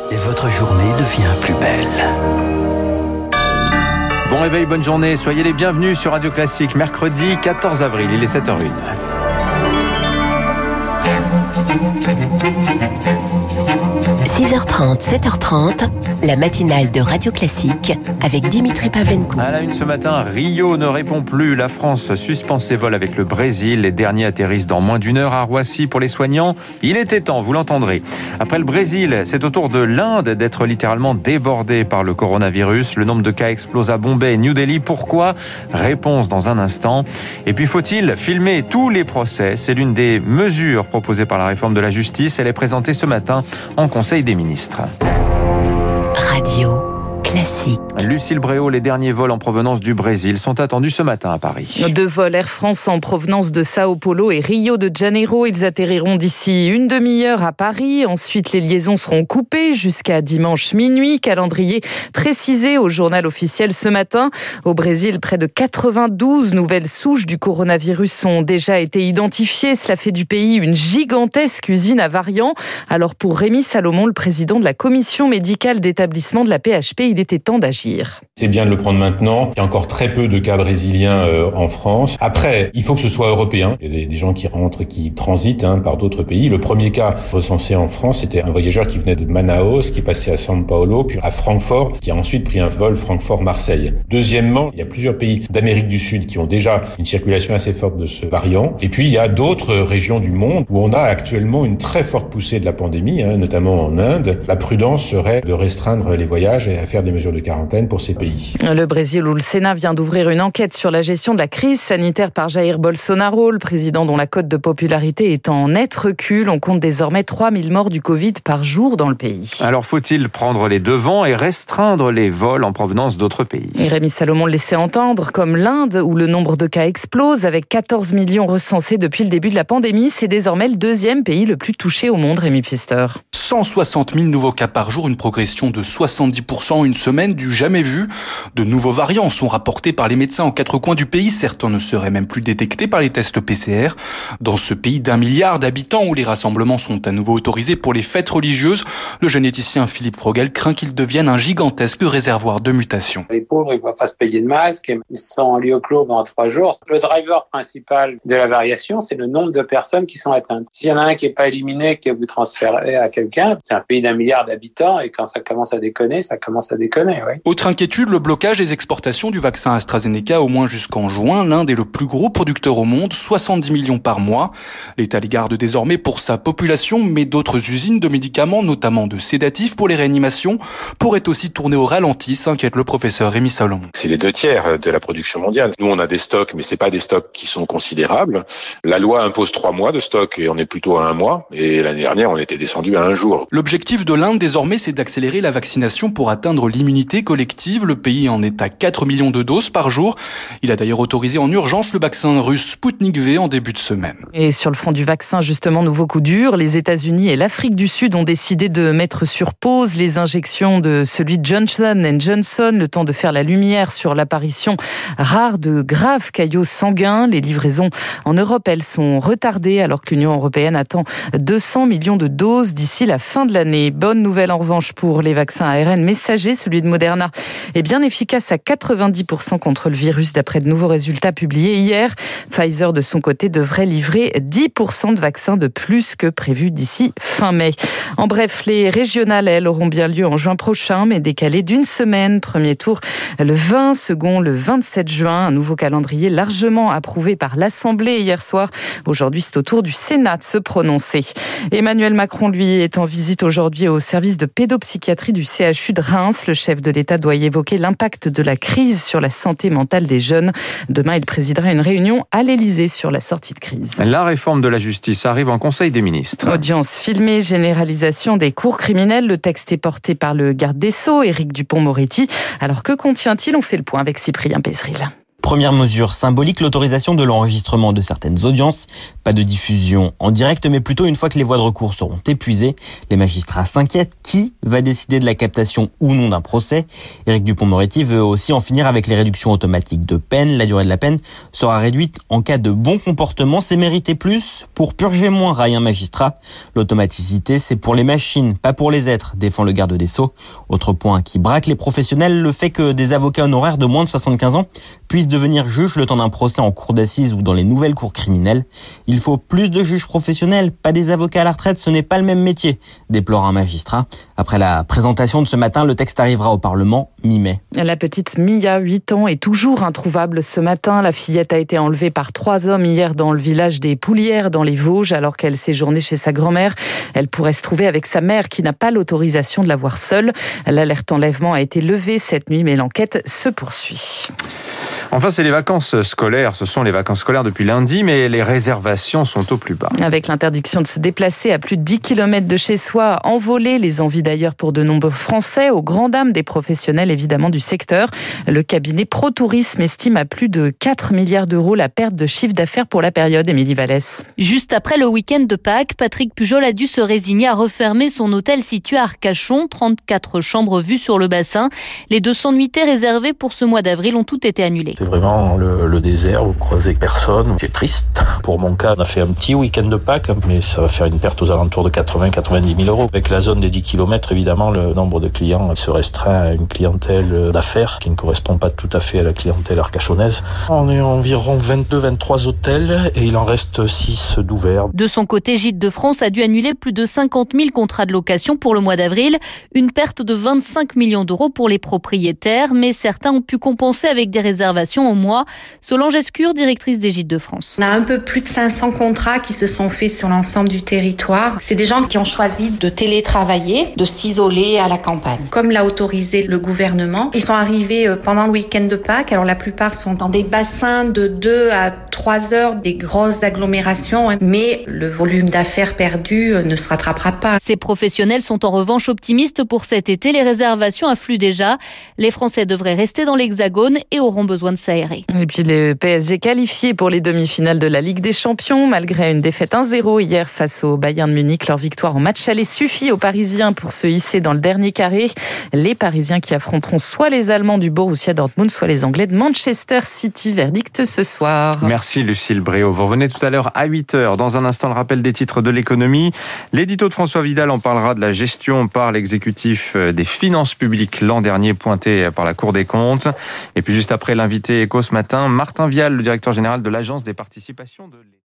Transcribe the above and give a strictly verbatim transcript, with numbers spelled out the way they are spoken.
et votre journée devient plus belle. Bon réveil, bonne journée, soyez les bienvenus sur Radio Classique, mercredi quatorze avril, il est sept heures zéro un. six heures trente, sept heures trente, la matinale de Radio Classique avec Dimitri Pavlenko. À la une ce matin, Rio ne répond plus. La France suspend ses vols avec le Brésil. Les derniers atterrissent dans moins d'une heure à Roissy pour les soignants. Il était temps, vous l'entendrez. Après le Brésil, c'est au tour de l'Inde d'être littéralement débordée par le coronavirus. Le nombre de cas explose à Bombay et New Delhi. Pourquoi ? Réponse dans un instant. Et puis, faut-il filmer tous les procès ? C'est l'une des mesures proposées par la réforme de la justice. Elle est présentée ce matin en Conseil des ministres. Radio Classique. Lucille Bréau, les derniers vols en provenance du Brésil sont attendus ce matin à Paris. Deux vols Air France en provenance de Sao Paulo et Rio de Janeiro. Ils atterriront d'ici une demi-heure à Paris. Ensuite, les liaisons seront coupées jusqu'à dimanche minuit. Calendrier précisé au journal officiel ce matin. Au Brésil, près de quatre-vingt-douze nouvelles souches du coronavirus ont déjà été identifiées. Cela fait du pays une gigantesque usine à variants. Alors pour Rémi Salomon, le président de la commission médicale d'établissement de la P H P, il était temps d'agir. C'est bien de le prendre maintenant. Il y a encore très peu de cas brésiliens euh, en France. Après, il faut que ce soit européen. Il y a des gens qui rentrent, qui transitent hein, par d'autres pays. Le premier cas recensé en France, c'était un voyageur qui venait de Manaus, qui est passé à São Paulo, puis à Francfort, qui a ensuite pris un vol Francfort-Marseille. Deuxièmement, il y a plusieurs pays d'Amérique du Sud qui ont déjà une circulation assez forte de ce variant. Et puis, il y a d'autres régions du monde où on a actuellement une très forte poussée de la pandémie, hein, notamment en Inde. La prudence serait de restreindre les voyages et à faire des mesures de quarantaine pour ces pays. Le Brésil, où le Sénat vient d'ouvrir une enquête sur la gestion de la crise sanitaire par Jair Bolsonaro, le président dont la cote de popularité est en net recul. On compte désormais trois mille morts du Covid par jour dans le pays. Alors faut-il prendre les devants et restreindre les vols en provenance d'autres pays ? Et Rémi Salomon le laissait entendre, comme l'Inde, où le nombre de cas explose, avec quatorze millions recensés depuis le début de la pandémie. C'est désormais le deuxième pays le plus touché au monde, Rémi Pfister. cent soixante mille nouveaux cas par jour, une progression de soixante-dix pour cent en une semaine, du jamais vu. De nouveaux variants sont rapportés par les médecins en quatre coins du pays. Certains ne seraient même plus détectés par les tests P C R. Dans ce pays d'un milliard d'habitants où les rassemblements sont à nouveau autorisés pour les fêtes religieuses, le généticien Philippe Frogel craint qu'ils deviennent un gigantesque réservoir de mutations. Les pauvres, ils ne vont pas se payer de masque, ils sont en lit au clos pendant trois jours. Le driver principal de la variation, c'est le nombre de personnes qui sont atteintes. S'il y en a un qui n'est pas éliminé, que vous transférez à quelqu'un, c'est un pays d'un milliard d'habitants et quand ça commence à déconner, ça commence à déconner, oui. Autre inquiétude, le blocage des exportations du vaccin AstraZeneca au moins jusqu'en juin. L'Inde est le plus gros producteur au monde, soixante-dix millions par mois. L'État les garde désormais pour sa population, mais d'autres usines de médicaments, notamment de sédatifs pour les réanimations, pourraient aussi tourner au ralenti, s'inquiète le professeur Rémi Salomon. C'est les deux tiers de la production mondiale. Nous, on a des stocks, mais c'est pas des stocks qui sont considérables. La loi impose trois mois de stock et on est plutôt à un mois. Et l'année dernière, on était descendu à un jour. L'objectif de l'Inde, désormais, c'est d'accélérer la vaccination pour atteindre l'immunité collective. Le pays en est à quatre millions de doses par jour. Il a d'ailleurs autorisé en urgence le vaccin russe Sputnik V en début de semaine. Et sur le front du vaccin, justement, nouveau coup dur. Les États-Unis et l'Afrique du Sud ont décidé de mettre sur pause les injections de celui de Johnson and Johnson, le temps de faire la lumière sur l'apparition rare de graves caillots sanguins. Les livraisons en Europe, elles, sont retardées alors que l'Union européenne attend deux cents millions de doses d'ici la fin de l'année. Bonne nouvelle en revanche pour les vaccins A R N messagers. Celui de Moderna est bien efficace à quatre-vingt-dix pour cent contre le virus d'après de nouveaux résultats publiés hier. Pfizer, de son côté, devrait livrer dix pour cent de vaccins de plus que prévu d'ici fin mai. En bref, les régionales, elles, auront bien lieu en juin prochain, mais décalées d'une semaine. Premier tour le vingt, second le vingt-sept juin. Un nouveau calendrier largement approuvé par l'Assemblée hier soir. Aujourd'hui, c'est au tour du Sénat de se prononcer. Emmanuel Macron, lui, est en visite aujourd'hui au service de pédopsychiatrie du C H U de Reims. Le chef de l'État doit y évoquer l'impact de la crise sur la santé mentale des jeunes. Demain, il présidera une réunion à l'Élysée sur la sortie de crise. La réforme de la justice arrive en Conseil des ministres. Audience filmée, généralisation des cours criminels. Le texte est porté par le garde des Sceaux, Éric Dupond-Moretti. Alors que contient-il ? On fait le point avec Cyprien Pézeril. Première mesure symbolique, l'autorisation de l'enregistrement de certaines audiences. Pas de diffusion en direct, mais plutôt une fois que les voies de recours seront épuisées. Les magistrats s'inquiètent. Qui va décider de la captation ou non d'un procès? Éric Dupond-Moretti veut aussi en finir avec les réductions automatiques de peine. La durée de la peine sera réduite en cas de bon comportement. C'est mériter plus pour purger moins, raille un magistrat. L'automaticité, c'est pour les machines, pas pour les êtres, défend le garde des Sceaux. Autre point qui braque les professionnels, le fait que des avocats honoraires de moins de soixante-quinze ans puissent devenir juge le temps d'un procès en cour d'assises ou dans les nouvelles cours criminelles. Il faut plus de juges professionnels, pas des avocats à la retraite, ce n'est pas le même métier, déplore un magistrat. Après la présentation de ce matin, le texte arrivera au Parlement mi-mai. La petite Mia, huit ans, est toujours introuvable ce matin. La fillette a été enlevée par trois hommes hier dans le village des Poulières, dans les Vosges, alors qu'elle séjournait chez sa grand-mère. Elle pourrait se trouver avec sa mère qui n'a pas l'autorisation de la voir seule. L'alerte enlèvement a été levée cette nuit, mais l'enquête se poursuit. Enfin, c'est les vacances scolaires. Ce sont les vacances scolaires depuis lundi, mais les réservations sont au plus bas. Avec l'interdiction de se déplacer à plus de dix kilomètres de chez soi, envolé les envies d'ailleurs pour de nombreux Français, aux grandes dames des professionnels évidemment du secteur. Le cabinet ProTourisme estime à plus de quatre milliards d'euros la perte de chiffre d'affaires pour la période. Émilie Vallès. Juste après le week-end de Pâques, Patrick Pujol a dû se résigner à refermer son hôtel situé à Arcachon, trente-quatre chambres vues sur le bassin. Les deux cents nuitées réservées pour ce mois d'avril ont toutes été annulées. C'est vraiment le, le désert, vous croisez personne, c'est triste. Pour mon cas, on a fait un petit week-end de Pâques, mais ça va faire une perte aux alentours de quatre-vingts à quatre-vingt-dix mille euros. Avec la zone des dix kilomètres, évidemment, le nombre de clients se restreint à une clientèle d'affaires qui ne correspond pas tout à fait à la clientèle arcachonnaise. On est environ vingt-deux à vingt-trois hôtels et il en reste six d'ouverts. De son côté, Gîtes de France a dû annuler plus de cinquante mille contrats de location pour le mois d'avril, une perte de vingt-cinq millions d'euros pour les propriétaires, mais certains ont pu compenser avec des réservations au mois. Solange Escure, directrice des Gîtes de France. On a un peu plus de cinq cents contrats qui se sont faits sur l'ensemble du territoire. C'est des gens qui ont choisi de télétravailler, de s'isoler à la campagne. Comme l'a autorisé le gouvernement, ils sont arrivés pendant le week-end de Pâques. Alors la plupart sont dans des bassins de deux à trois heures, des grosses agglomérations, mais le volume d'affaires perdu ne se rattrapera pas. Ces professionnels sont en revanche optimistes pour cet été. Les réservations affluent déjà. Les Français devraient rester dans l'Hexagone et auront besoin de s'aérer. Et puis le P S G qualifié pour les demi-finales de la Ligue des Champions. Malgré une défaite un zéro hier face au Bayern de Munich, leur victoire en match aller suffit aux Parisiens pour se hisser dans le dernier carré. Les Parisiens qui affronteront soit les Allemands du Borussia Dortmund, soit les Anglais de Manchester City. Verdict ce soir. Merci Lucille Bréau. Vous revenez tout à l'heure à huit heures. Dans un instant, le rappel des titres de l'économie. L'édito de François Vidal en parlera de la gestion par l'exécutif des finances publiques l'an dernier, pointé par la Cour des comptes. Et puis juste après, l'invité éco ce matin, Martin Vial, le directeur général de l'Agence des participations de l'État.